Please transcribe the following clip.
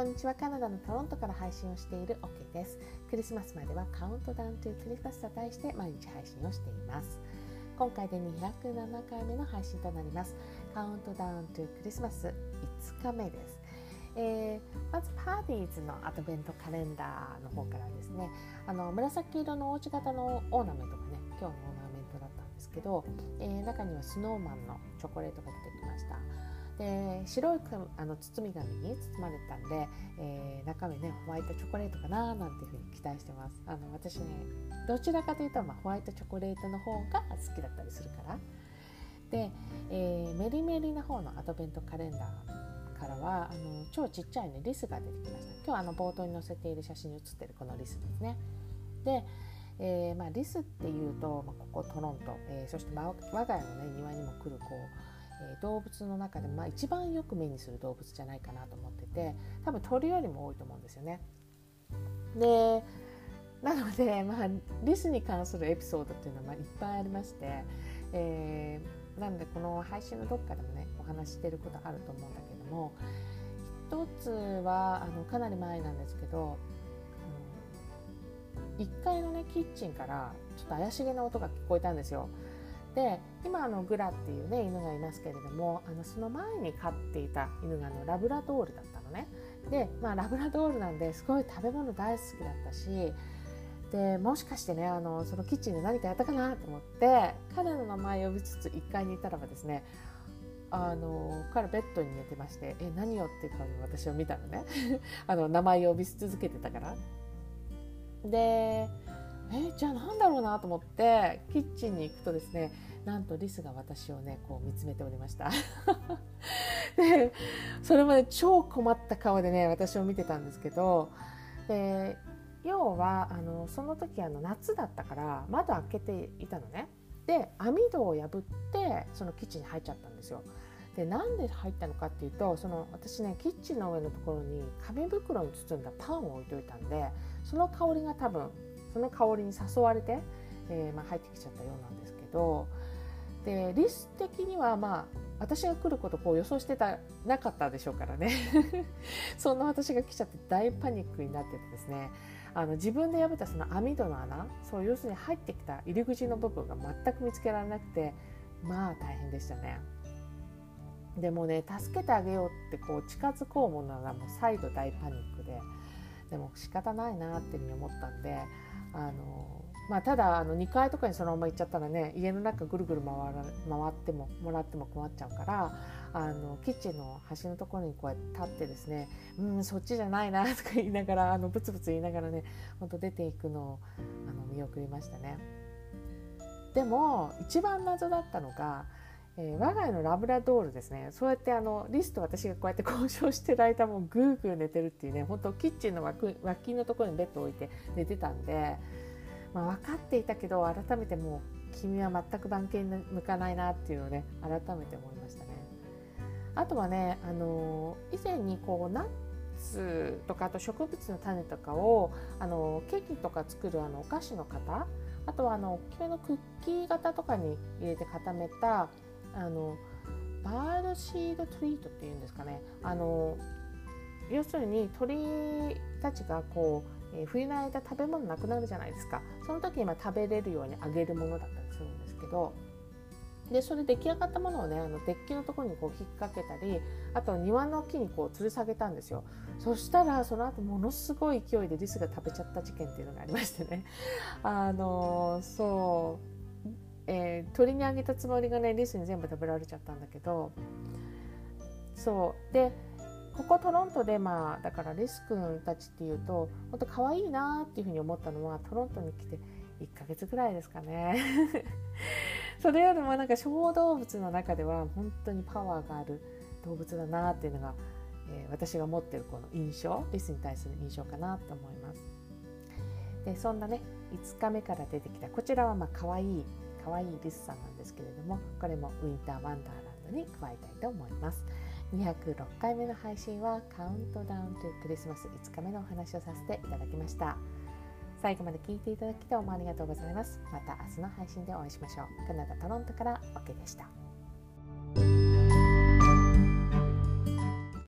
こんにちは。カナダのトロントから配信をしている OK です。クリスマスまではカウントダウントゥクリスマスと題して毎日配信をしています。今回で207回目の配信となります。カウントダウントゥクリスマス5日目です。まずパーティーズのアドベントカレンダーの方からですね、紫色のおうち型のオーナメントがね、今日のオーナメントだったんですけど、中にはスノーマンのチョコレートが出てきました。で白い包み紙に包まれたんで、中身ねホワイトチョコレートかななんていうふうに期待してます。私ねどちらかというと、ホワイトチョコレートの方が好きだったりするからで、メリメリな方のアドベントカレンダーからは超ちっちゃいねリスが出てきました。今日冒頭に載せている写真に写っているこのリスですね。でリスっていうと、ここトロント、そして我が家の、ね、庭にも来る動物の中で、一番よく目にする動物じゃないかなと思ってて、多分鳥よりも多いと思うんですよね。でなので、リスに関するエピソードっていうのはいっぱいありまして、なのでこの配信のどっかでもねお話ししてることあると思うんだけども、一つはかなり前なんですけど、1階のねキッチンからちょっと怪しげな音が聞こえたんですよ。で今グラっていうね犬がいますけれども、その前に飼っていた犬がラブラドールだったのね。で、ラブラドールなんですごい食べ物大好きだったし、でもしかしてねそのキッチンで何かやったかなと思って彼の名前を呼びつつ1階にいたらばですね、彼ベッドに寝てまして、何よっていう顔で私を見たのね名前を呼び続けてたから。でじゃあなんだろうなと思ってキッチンに行くとですね、なんとリスが私をねこう見つめておりましたでそれまで超困った顔でね私を見てたんですけど、で要はその時夏だったから窓開けていたのね。で網戸を破ってそのキッチンに入っちゃったんですよ。でなんで入ったのかっていうと、私ねキッチンの上のところに紙袋に包んだパンを置いといたんで、その香りが多分その香りに誘われて、入ってきちゃったようなんですけど、でリス的には私が来ることを予想してなかったでしょうからねそんな私が来ちゃって大パニックになっててですね、自分で破ったその網戸の穴、そう要するに入ってきた入り口の部分が全く見つけられなくて、大変でしたね。でもね助けてあげようって近づこうものならもう再度大パニックでも仕方ないなっていうふうに思ったんで、ただ2階とかにそのまま行っちゃったらね、家の中ぐるぐる回ってももらっても困っちゃうから、キッチンの端のところにこうやって立ってですね、そっちじゃないなとか言いながらブツブツ言いながらね本当出ていくのを見送りましたね。でも一番謎だったのが、我が家のラブラドールですね。そうやってリスと私がこうやって交渉してる間もぐーぐー寝てるっていうね、本当キッチンの脇のところにベッドを置いて寝てたんで、分かっていたけど改めてもう君は全く番犬に向かないなっていうのをね改めて思いましたね。あとはね以前にナッツとかあと植物の種とかをケーキとか作るお菓子の型、あとは大きめのクッキー型とかに入れて固めたバードシードトリートっていうんですかね、要するに鳥たちが冬の間食べ物なくなるじゃないですか。その時に食べれるようにあげるものだったりするんですけど、でそれ出来上がったものをねデッキのところに引っ掛けたり、あと庭の木に吊る下げたんですよ。そしたらその後ものすごい勢いでリスが食べちゃった事件っていうのがありましてね鳥にあげたつもりがねリスに全部食べられちゃったんだけど、そうでここトロントでだからリス君たちっていうと本当可愛いなっていうふうに思ったのはトロントに来て1ヶ月ぐらいですかねそれよりも小動物の中では本当にパワーがある動物だなっていうのが、私が持っているこの印象、リスに対する印象かなと思います。でそんなね5日目から出てきたこちらは可愛いリスさんなんですけれども、これもウィンターワンダーランドに加えたいと思います。206回目の配信はカウントダウントゥクリスマス5日目のお話をさせていただきました。最後まで聞いていただきどうもありがとうございます。また明日の配信でお会いしましょう。カナダ・トロントから OK でした。